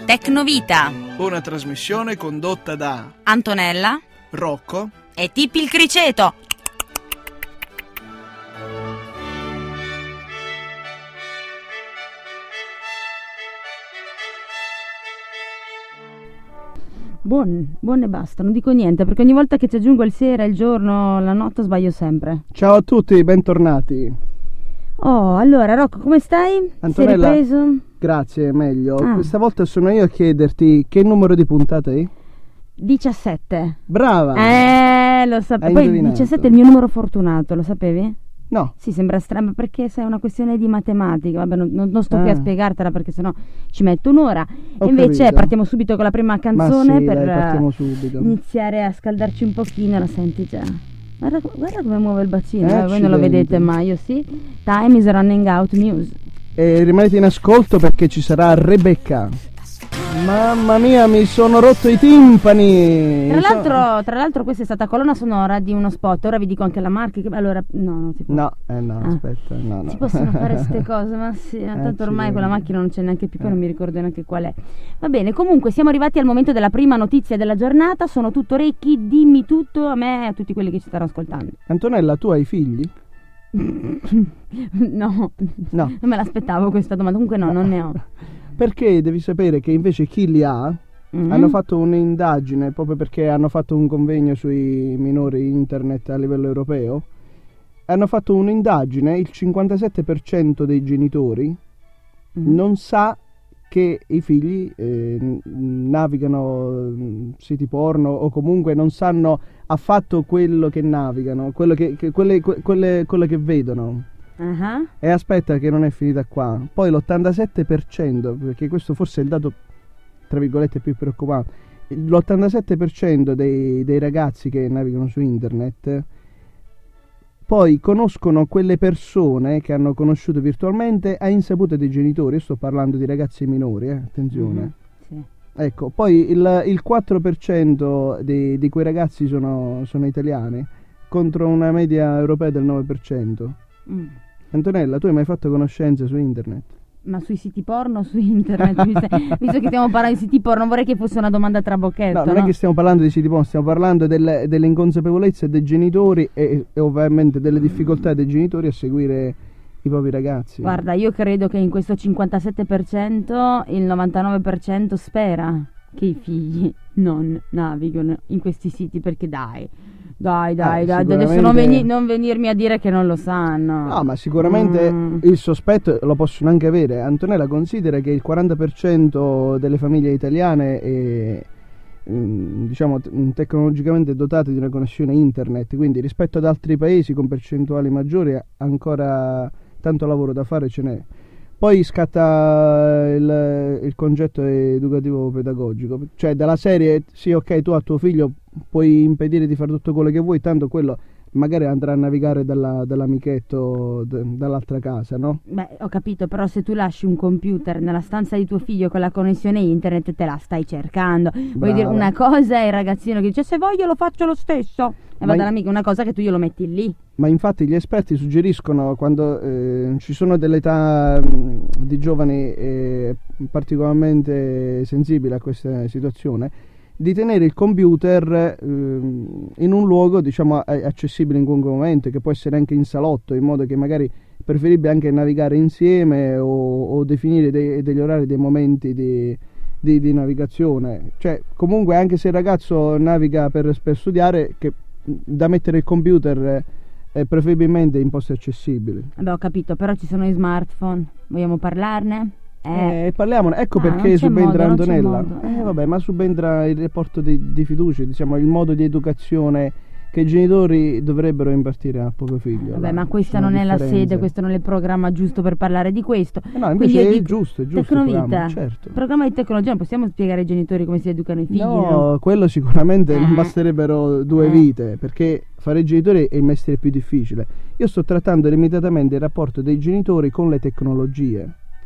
Tecnovita. Una trasmissione condotta da Antonella, Rocco e Tippi il Criceto. Buon e basta, non dico niente perché ogni volta che ci aggiungo il sera, il giorno, la notte sbaglio sempre. Ciao a tutti, bentornati. Oh, allora Rocco, come stai? Antonella, sei ripreso? Grazie, meglio. Ah. Questa volta sono io a chiederti che numero di puntata è? 17. Brava! Lo sapevo. Hai Poi indovinato. 17 è il mio numero fortunato, lo sapevi? No. Sì, sembra strano perché sai, è una questione di matematica. Vabbè, non sto qui a spiegartela perché sennò ci metto un'ora. Ho Invece capito. partiamo subito con la prima canzone. Ma sì, per dai, partiamo subito. iniziare a scaldarci un pochino. La senti già? Guarda come muove il bacino, voi non lo Accidenti. vedete, ma io sì. Time is running out news. E rimanete in ascolto perché ci sarà Rebecca. Mamma mia, mi sono rotto i timpani. Tra l'altro questa è stata colonna sonora di uno spot. Ora vi dico anche la marca. Allora, no, non si può. No, Ah. aspetta, no. Si possono fare queste cose, ma sì, tanto ormai quella macchina non c'è neanche più, poi non mi ricordo neanche qual è. Va bene, comunque siamo arrivati al momento della prima notizia della giornata. Sono tutto orecchi, dimmi tutto a me e a tutti quelli che ci stanno ascoltando. Antonella, tu hai figli? No, non me l'aspettavo questa domanda. Comunque no, non ne ho. Perché devi sapere che invece chi li ha hanno fatto un'indagine proprio perché hanno fatto un convegno sui minori internet a livello europeo. Hanno fatto un'indagine, il 57% dei genitori non sa che i figli navigano siti porno o comunque non sanno affatto quello che navigano, quello che vedono. E aspetta che non è finita qua. Poi l'87%, perché questo forse è il dato tra virgolette più preoccupante, l'87% dei ragazzi che navigano su internet poi conoscono quelle persone che hanno conosciuto virtualmente a insaputa dei genitori. Io sto parlando di ragazzi minori, attenzione. Sì. Ecco, poi il 4% di quei ragazzi sono italiani contro una media europea del 9%. Antonella, tu hai mai fatto conoscenze su internet? Ma sui siti porno, su internet? Visto che stiamo parlando di siti porno, non vorrei che fosse una domanda a trabocchetto. No, non è che stiamo parlando di siti porno, stiamo parlando delle inconsapevolezze dei genitori e ovviamente delle difficoltà dei genitori a seguire i propri ragazzi. Guarda, io credo che in questo 57% il 99% spera che i figli non navigano in questi siti, perché dai, adesso non venirmi a dire che non lo sanno. No, ma sicuramente il sospetto lo possono anche avere. Antonella, considera che il 40% delle famiglie italiane è diciamo tecnologicamente dotate di una connessione internet, quindi rispetto ad altri paesi con percentuali maggiori ancora tanto lavoro da fare ce n'è. Poi scatta il concetto educativo pedagogico, cioè dalla serie sì, ok, tu a tuo figlio puoi impedire di fare tutto quello che vuoi, tanto quello magari andrà a navigare dall'amichetto dall'altra casa, no? Beh, ho capito, però se tu lasci un computer nella stanza di tuo figlio con la connessione internet te la stai cercando. Vuoi dire, una cosa è il ragazzino che dice se voglio lo faccio lo stesso e va dall'amico, una cosa che tu glielo metti lì. Ma infatti gli esperti suggeriscono, quando ci sono delle età di giovani particolarmente sensibili a questa situazione, di tenere il computer in un luogo, diciamo, accessibile in qualunque momento, che può essere anche in salotto, in modo che magari è preferibile anche navigare insieme o definire degli orari, dei momenti di navigazione. Cioè, comunque, anche se il ragazzo naviga per studiare, che da mettere il computer preferibilmente in posti accessibili. Vabbè, ho capito, però ci sono i smartphone, vogliamo parlarne? Parliamone, ecco perché subentra Antonella. Vabbè, ma subentra il rapporto di fiducia, diciamo, il modo di educazione che i genitori dovrebbero impartire al proprio figlio. Vabbè, ma questa non è la sede, questo non è il programma giusto per parlare di questo. No, invece è giusto Tecnovita, certo. Programma di tecnologia, non possiamo spiegare ai genitori come si educano i figli, no? Quello sicuramente non basterebbero due vite, perché fare i genitori è il mestiere più difficile. Io sto trattando limitatamente il rapporto dei genitori con le tecnologie.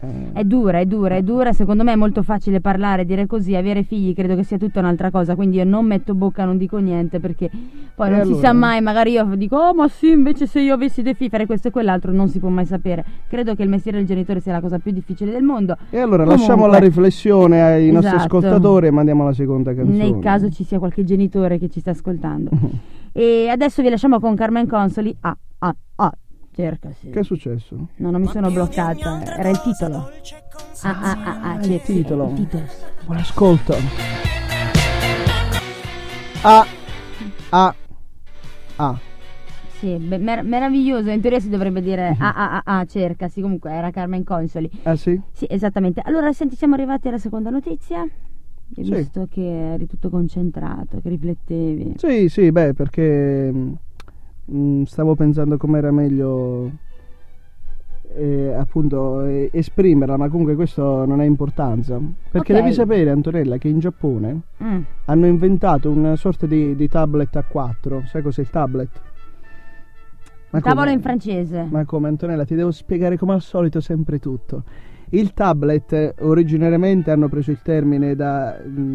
È dura, secondo me è molto facile parlare, dire così, avere figli credo che sia tutta un'altra cosa, quindi io non metto bocca, non dico niente, perché poi non si sa mai, magari io dico oh ma sì, invece se io avessi dei figli fare questo e quell'altro, non si può mai sapere. Credo che il mestiere del genitore sia la cosa più difficile del mondo. E allora lasciamo la riflessione ai nostri ascoltatori e mandiamo alla seconda canzone, nel caso ci sia qualche genitore che ci sta ascoltando. E adesso vi lasciamo con Carmen Consoli. Cercasi. Che è successo? No, non mi sono bloccata, era il titolo. Il titolo. Il titolo. Buon ascolto. Sì, meraviglioso, in teoria si dovrebbe dire cercasi, comunque era Carmen Consoli. Ah sì? Sì, esattamente. Allora, senti, siamo arrivati alla seconda notizia. Hai visto che eri tutto concentrato, che riflettevi. Sì, perché stavo pensando com'era meglio appunto esprimerla, ma comunque questo non ha importanza, perché devi sapere, Antonella, che in Giappone hanno inventato una sorta di tablet A4. Sai cos'è il tablet? Tavolo in francese. Ma come, Antonella, ti devo spiegare come al solito sempre tutto. Il tablet originariamente hanno preso il termine da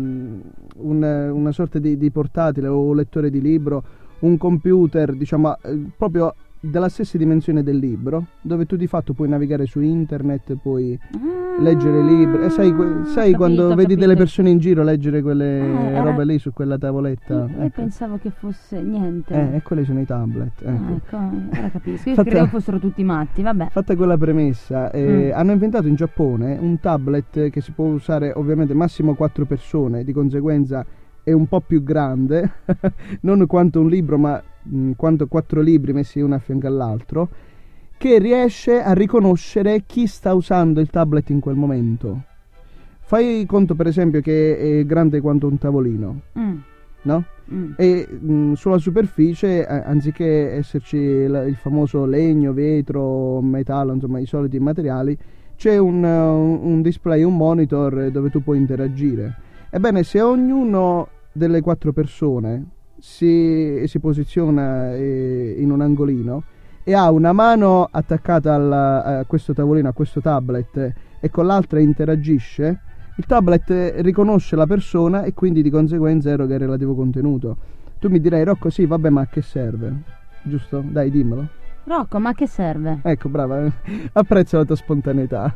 una sorta di portatile o lettore di libro, un computer, diciamo, proprio della stessa dimensione del libro, dove tu di fatto puoi navigare su internet, puoi leggere libri. E sai quando vedi delle persone in giro leggere quelle robe lì su quella tavoletta? Io pensavo che fosse niente. E quelli sono i tablet. Ecco, ora capisco. Io credevo fossero tutti matti, vabbè. Fatta quella premessa, hanno inventato in Giappone un tablet che si può usare ovviamente massimo 4 persone, di conseguenza è un po' più grande, non quanto un libro, ma quanto 4 libri messi uno a fianco all'altro, che riesce a riconoscere chi sta usando il tablet in quel momento. Fai conto per esempio che è grande quanto un tavolino, no? E sulla superficie, anziché esserci il famoso legno, vetro, metallo, insomma i soliti materiali, c'è un display, un monitor dove tu puoi interagire. Ebbene, se ognuno delle 4 persone si posiziona in un angolino e ha una mano attaccata a questo tavolino, a questo tablet, e con l'altra interagisce, il tablet riconosce la persona e quindi di conseguenza eroga il relativo contenuto. Tu mi direi, Rocco, sì, vabbè, ma a che serve? Giusto? Dai, dimmelo. Rocco, ma a che serve? Ecco, brava, apprezzo la tua spontaneità.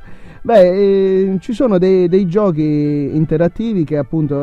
Ci sono dei giochi interattivi che appunto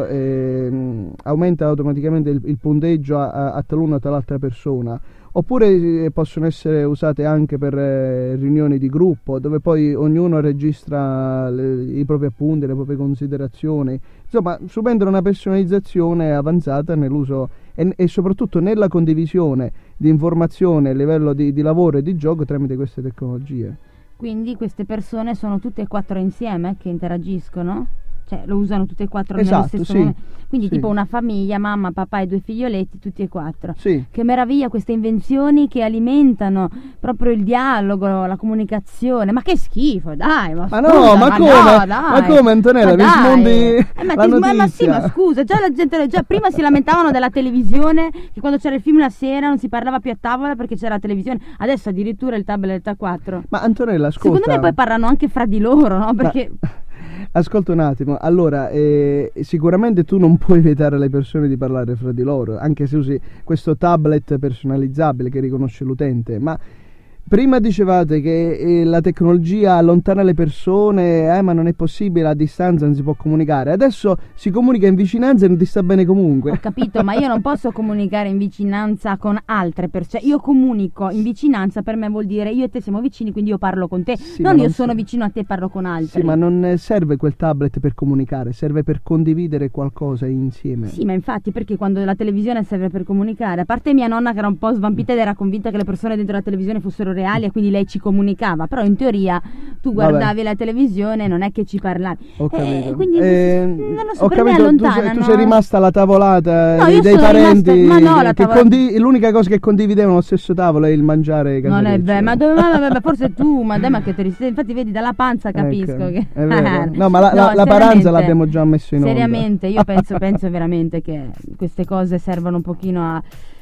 aumenta automaticamente il punteggio a taluna o tal'altra persona, oppure possono essere usate anche per riunioni di gruppo, dove poi ognuno registra i propri appunti, le proprie considerazioni, insomma subendone una personalizzazione avanzata nell'uso e soprattutto nella condivisione di informazioni a livello di lavoro e di gioco tramite queste tecnologie. Quindi queste persone sono tutte e 4 insieme che interagiscono? Cioè lo usano tutte e 4 nello stesso momento? Quindi tipo una famiglia, mamma, papà e 2 figlioletti, tutti e 4. Sì. Che meraviglia queste invenzioni che alimentano proprio il dialogo, la comunicazione. Ma che schifo, dai! Ma no, ma come? No, dai. Ma come, Antonella? Mi smondi la notizia. Ma sì, ma scusa, già la gente prima si lamentavano della televisione, che quando c'era il film la sera non si parlava più a tavola perché c'era la televisione. Adesso addirittura il tablet A4. Ma Antonella, ascolta. Secondo me poi parlano anche fra di loro, no? Perché ascolta un attimo, allora sicuramente tu non puoi vietare alle persone di parlare fra di loro, anche se usi questo tablet personalizzabile che riconosce l'utente, ma prima dicevate che la tecnologia allontana le persone, ma non è possibile, a distanza non si può comunicare. Adesso si comunica in vicinanza e non ti sta bene comunque. Ho capito, ma io non posso comunicare in vicinanza con altre persone. Io comunico in vicinanza, per me vuol dire io e te siamo vicini, quindi io parlo con te. Sì, non io sono vicino a te e parlo con altri. Sì, ma non serve quel tablet per comunicare, serve per condividere qualcosa insieme. Sì, ma infatti, perché quando la televisione serve per comunicare, a parte mia nonna che era un po' svampita ed era convinta che le persone dentro la televisione fossero reali e quindi lei ci comunicava, però in teoria tu guardavi la televisione e non è che ci parlavi. Ho capito. Quindi non lo so, ho per me capito, allontana, tu sei rimasta alla tavolata dei parenti rimasta, ma no, la l'unica cosa che condividevano lo stesso tavolo è il mangiare non è vero, ma forse tu, ma che te infatti vedi dalla panza capisco, ecco, che è vero. No, ma la paranza l'abbiamo già messo in onda. Seriamente, io penso veramente che queste cose servono un pochino a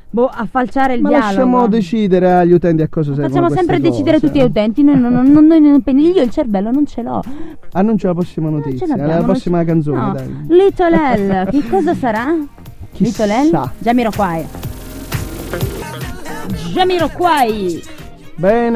a falciare il Ma dialogo. lasciamo decidere agli utenti a cosa servono. Facciamo queste sempre cose. decidere tutti gli utenti. Noi non io il cervello non ce l'ho. Annuncia la prossima Non notizia, ce l'abbiamo, la prossima non ce- canzone, no. dai. Little L, che cosa sarà? Chissà. Little L? Jamiroquai. Jamiroquai. Bene.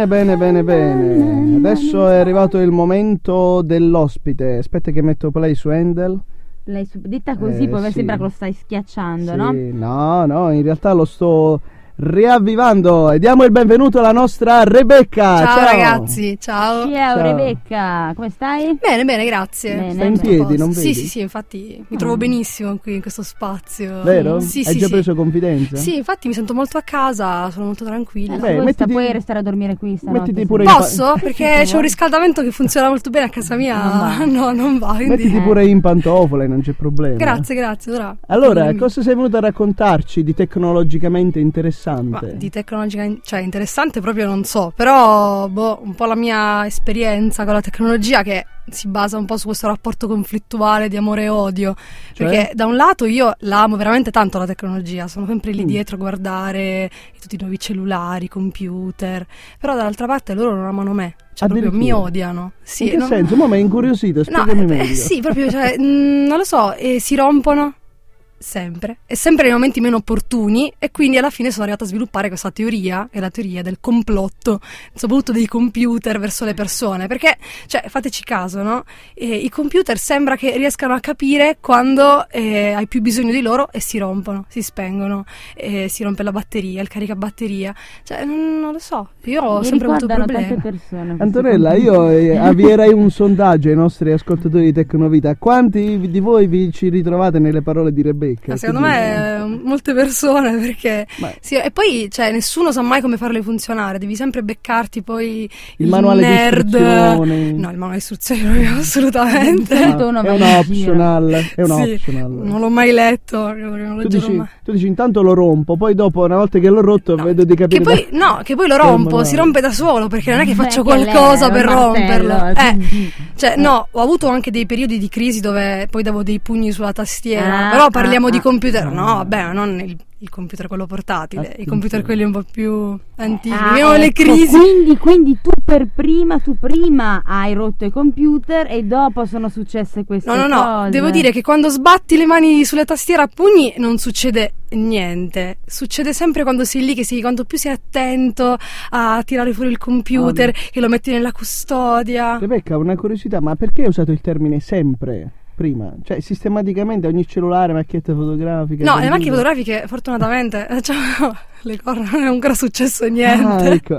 Adesso è arrivato il momento dell'ospite. Aspetta che metto play su Handel. Lei detta così, poi sì. sembra che lo stai schiacciando, Sì, no? no, in realtà lo sto riavvivando e diamo il benvenuto alla nostra Rebecca. Ciao ragazzi, ciao. Ciao Ciao. Rebecca, come stai? Bene, grazie. Bene. Stai in piedi, non vedi? Sì, infatti mi trovo benissimo qui in questo spazio. Vero? Sì, Hai già sì. preso confidenza? Sì, infatti mi sento molto a casa, sono molto tranquilla. Beh, Puoi restare a dormire qui stanotte? mettiti se pure vuoi. Posso? Perché c'è un riscaldamento che funziona molto bene a casa mia. No, non va. Quindi... Mettiti pure in pantofole, non c'è problema. Grazie. Allora, cosa sei venuta a raccontarci di tecnologicamente interessante? Ma di tecnologica, cioè interessante proprio non so, però un po' la mia esperienza con la tecnologia che si basa un po' su questo rapporto conflittuale di amore e odio, Cioè? perché da un lato io la amo veramente tanto la tecnologia, sono sempre lì dietro a guardare tutti i nuovi cellulari, computer, però dall'altra parte loro non amano me, cioè proprio mi Addirittura? odiano. Sì, In che senso? Mo' mi hai incuriosito, spiegami meglio. sì, proprio, cioè, non lo so, si rompono sempre, e sempre nei momenti meno opportuni, e quindi alla fine sono arrivata a sviluppare questa teoria, è la teoria del complotto, soprattutto dei computer verso le persone, perché, cioè, fateci caso, no? I computer sembra che riescano a capire quando hai più bisogno di loro e si rompono, si spengono, si rompe la batteria, il caricabatteria, cioè, non lo so, io ho Mi sempre avuto ricordano problemi. tante persone. questi Antonella, computer. io avvierei un sondaggio ai nostri ascoltatori di Tecnovita. Quanti di voi vi ci ritrovate nelle parole di Rebecca? Secondo me molte persone, perché Ma- sì, e poi cioè nessuno sa mai come farle funzionare, devi sempre beccarti poi Il manuale di nerd. istruzioni. No, il manuale di istruzioni proprio assolutamente. Solito uno è va una in optional, è una Sì, optional. non l'ho mai letto, credo che non Tu leggerò dici, mai. tu dici intanto lo rompo, poi dopo una volta che l'ho rotto vedo di capire. Che poi lo Che rompo, manuale. si rompe da solo, perché non è che faccio Non è che qualcosa lei, per un martello, romperlo. sì. Cioè, no, ho avuto anche dei periodi di crisi dove poi davo dei pugni sulla tastiera, Ah, però parliamo di computer, ah. no, vabbè, non il computer quello portatile, i Attenzione. computer quelli un po' più antichi. Ah, Abbiamo le ecco, crisi. quindi tu prima hai rotto i computer e dopo sono successe queste cose. No, devo dire che quando sbatti le mani sulle tastiere a pugni non succede niente, succede sempre quando sei lì, quanto più sei attento a tirare fuori il computer, che lo metti nella custodia. Rebecca, una curiosità, ma perché hai usato il termine sempre prima? Cioè, sistematicamente ogni cellulare, macchietta fotografica. No, le computer. macchine fotografiche fortunatamente cioè, le corna, non è ancora successo niente. Ah, ecco.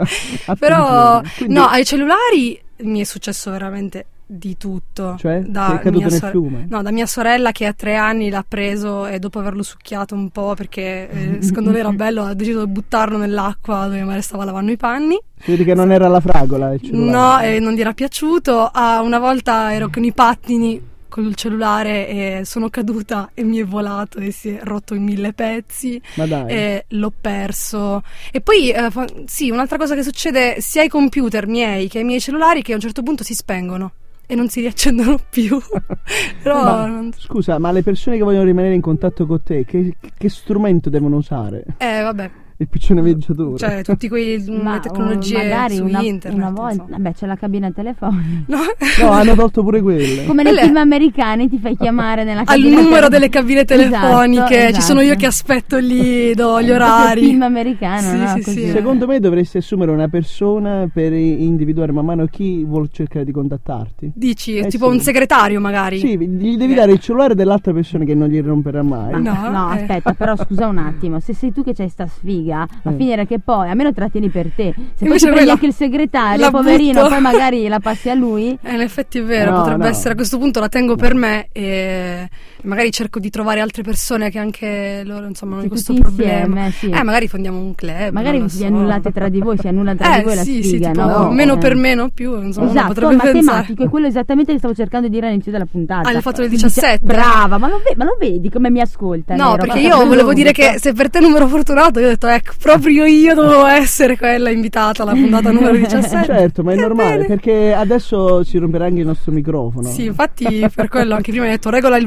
Però Attenzione. Quindi- no, ai cellulari mi è successo veramente di tutto. Cioè? Da Sei caduto mia nel fiume? No, da mia sorella che a 3 anni l'ha preso e dopo averlo succhiato un po' perché secondo lei era bello, ha deciso di buttarlo nell'acqua dove mia madre stava lavando i panni. Si vede che non era la fragola il No, cellulare. e non gli era piaciuto. Una volta ero con i pattini col cellulare e sono caduta e mi è volato e si è rotto in 1000 pezzi. Ma dai. E l'ho perso. E poi sì, un'altra cosa che succede sia ai computer miei che ai miei cellulari, che a un certo punto si spengono e non si riaccendono più. Però Ma, scusa, ma le persone che vogliono rimanere in contatto con te, che strumento devono usare? vabbè, Il piccione viaggiatore. cioè tutti quei le tecnologie magari su internet, una volta, insomma. vabbè, c'è la cabina telefonica. No? No, hanno tolto pure quelle. Come nei Quelle- film americani ti fai chiamare nella Al cabina numero delle cabine telefoniche, Esatto, ci sono io esatto. che aspetto lì, do gli Proprio orari. film americano, Sì, no? sì, Così. sì. Secondo me dovresti assumere una persona per individuare man mano chi vuol cercare di contattarti. Dici, Eh tipo sì. un segretario magari. Sì, gli devi dare il cellulare dell'altra persona che non gli romperà mai. No. No, aspetta, però scusa un attimo, se sei tu che c'hai sta sfiga, va a finire che poi almeno trattieni per te. Se poi Invece ti prendi quella anche il segretario, la poverino, butto. poi magari la passi a lui. In effetti è vero, No, potrebbe no. essere, a questo punto la tengo per me e magari cerco di trovare altre persone che anche loro insomma hanno Sì, questo tutti problema. insieme, sì. Magari fondiamo un club. Magari non lo vi so. annullate tra di voi, si annulla tra di voi la sì, sfiga, tipo, no? meno per meno più, insomma, uno Esatto, potrebbe pensare. matematico, è quello esattamente che stavo cercando di dire all'inizio della puntata. Ah, l'hai fatto alle Quindi 17? Brava, ma lo vedi come mi ascolta? No, Nero? perché Passa io per volevo lungo. dire che se per te è numero fortunato, io ho detto ecco, proprio io dovevo essere quella invitata alla puntata numero 17. Certo, ma è normale, bene. perché adesso si romperà anche il nostro microfono. Sì, infatti per quello anche prima hai detto regola il volume,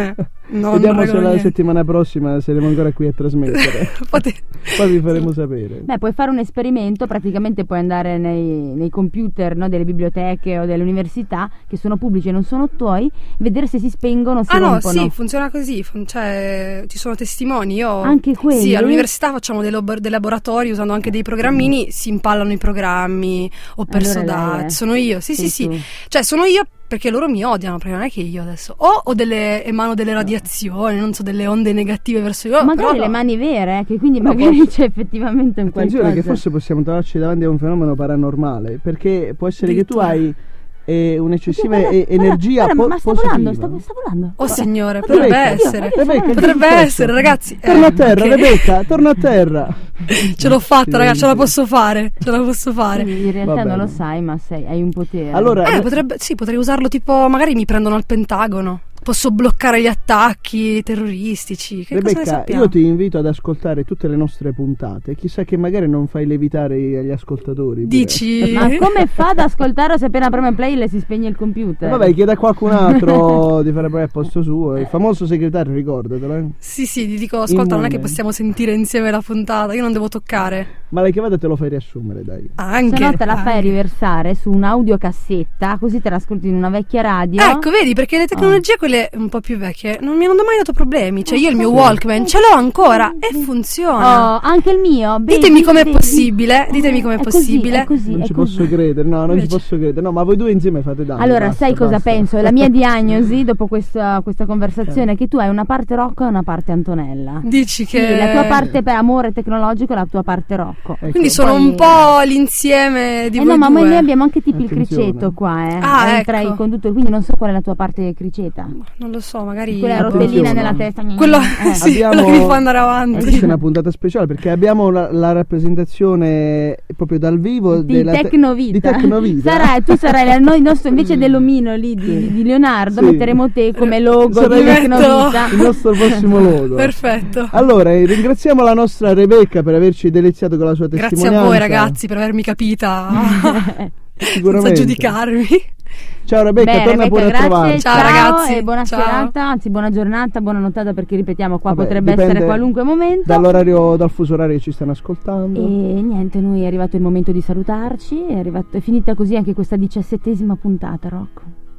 me. Non Vediamo se regolo la niente. settimana prossima saremo ancora qui a trasmettere. Poi vi faremo sapere. Beh, puoi fare un esperimento, praticamente puoi andare nei computer, no, delle biblioteche o delle università che sono pubblici e non sono tuoi, vedere se si spengono o si rompono. Sì, funziona così, cioè ci sono testimoni. Io Anche quelli? Sì, all'università facciamo dei laboratori usando anche dei programmini, si impallano i programmi, ho perso Allora lei è. sono io, sì, tu. cioè sono io perché loro mi odiano, perché non è che io adesso emano delle radiazioni, non so, delle onde negative verso io. Magari però le mani vere, che quindi No, magari c'è effettivamente un Attenzione qualcosa. che forse possiamo trovarci davanti a un fenomeno paranormale, perché può essere che tu Addirittura. hai un'eccessiva Guarda, energia guarda, ma sta positiva. volando, sta volando. Oh signore, Ma potrebbe Rebecca, essere. Rebecca, che Potrebbe è successo? essere, ragazzi. Torna a terra, ok. Rebecca, torna a terra. Ce l'ho fatta, ragazzi, ce la Accidenti. posso fare. Ce la posso fare. Quindi in realtà Va non lo bene. sai, ma hai un potere. Allora, Potrei usarlo tipo, magari mi prendono al Pentagono. Posso bloccare gli attacchi terroristici. Che cosa ne Rebecca, sappiamo? io ti invito ad ascoltare tutte le nostre puntate. Chissà che magari non fai levitare gli ascoltatori. pure. Dici? Ma come fa ad ascoltare se appena preme play le si spegne il computer? Vabbè, chieda a qualcun altro di fare poi al posto suo. Il famoso segretario, ricordatelo. Sì, ti dico, ascolta, non è che Immune. possiamo sentire insieme la puntata. Io non devo toccare. Ma la chiamata te lo fai riassumere, dai. Anche. Se no te la fai anche. riversare su un'audiocassetta, così te la ascolti in una vecchia radio. Ecco, vedi, perché le tecnologie, quelle un po' più vecchie, non mi hanno mai dato problemi. Cioè, io il mio Walkman ce l'ho ancora e funziona. Oh, anche il mio. Ditemi com'è vedi. possibile. Ditemi com'è È così, possibile. è così, Non è ci così. posso credere, no, non ci Invece- posso credere. No, ma voi due insieme fate danno. Allora, basta, sai cosa basta. penso? La mia diagnosi dopo questa conversazione è che tu hai una parte Rocco e una parte Antonella. Dici Sì, che la tua parte per amore tecnologico e la tua parte Rocco. Ecco. Quindi sono Poi- un po' l'insieme di voi no, ma due. noi abbiamo anche tipo il Attenzione. criceto qua, Ah, tra ecco. i conduttori, quindi non so qual è la tua parte criceta. Non lo so, magari Quella Attenzione. rotellina nella testa. quello, sì, Abbiamo- quello che mi fa andare avanti. Questa è una puntata speciale perché abbiamo la rappresentazione proprio dal vivo Di Tecnovita. Di Tecnovita. Tu sarai il nostro, invece dell'omino lì di Leonardo, Sì. metteremo te come logo Sarà di il Tecnovita. il nostro prossimo logo. Perfetto. Allora, ringraziamo la nostra Rebecca per averci deliziato con la sua Grazie testimonianza. a voi ragazzi per avermi capita senza Sicuramente. giudicarmi. Ciao Rebecca, Beh, torna Rebecca, pure a grazie, trovarci. Ciao, ragazzi. e buona Ciao. serata, anzi buona giornata, buona nottata, perché ripetiamo qua Vabbè, potrebbe dipende essere qualunque momento. dal fuso orario che ci stanno ascoltando. E niente, noi è arrivato il momento di salutarci, è finita così anche questa 17ª puntata, Rocco.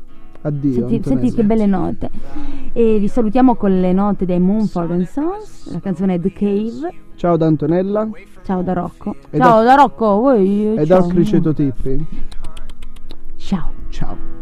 Addio. Senti Antonella. che belle note. E vi salutiamo con le note dei Mumford & Sons, la canzone è The Cave. Ciao da Antonella Ciao da Rocco. E Ciao da Rocco, voi. e ciao. dal Criceto Tippi. Ciao. Ciao.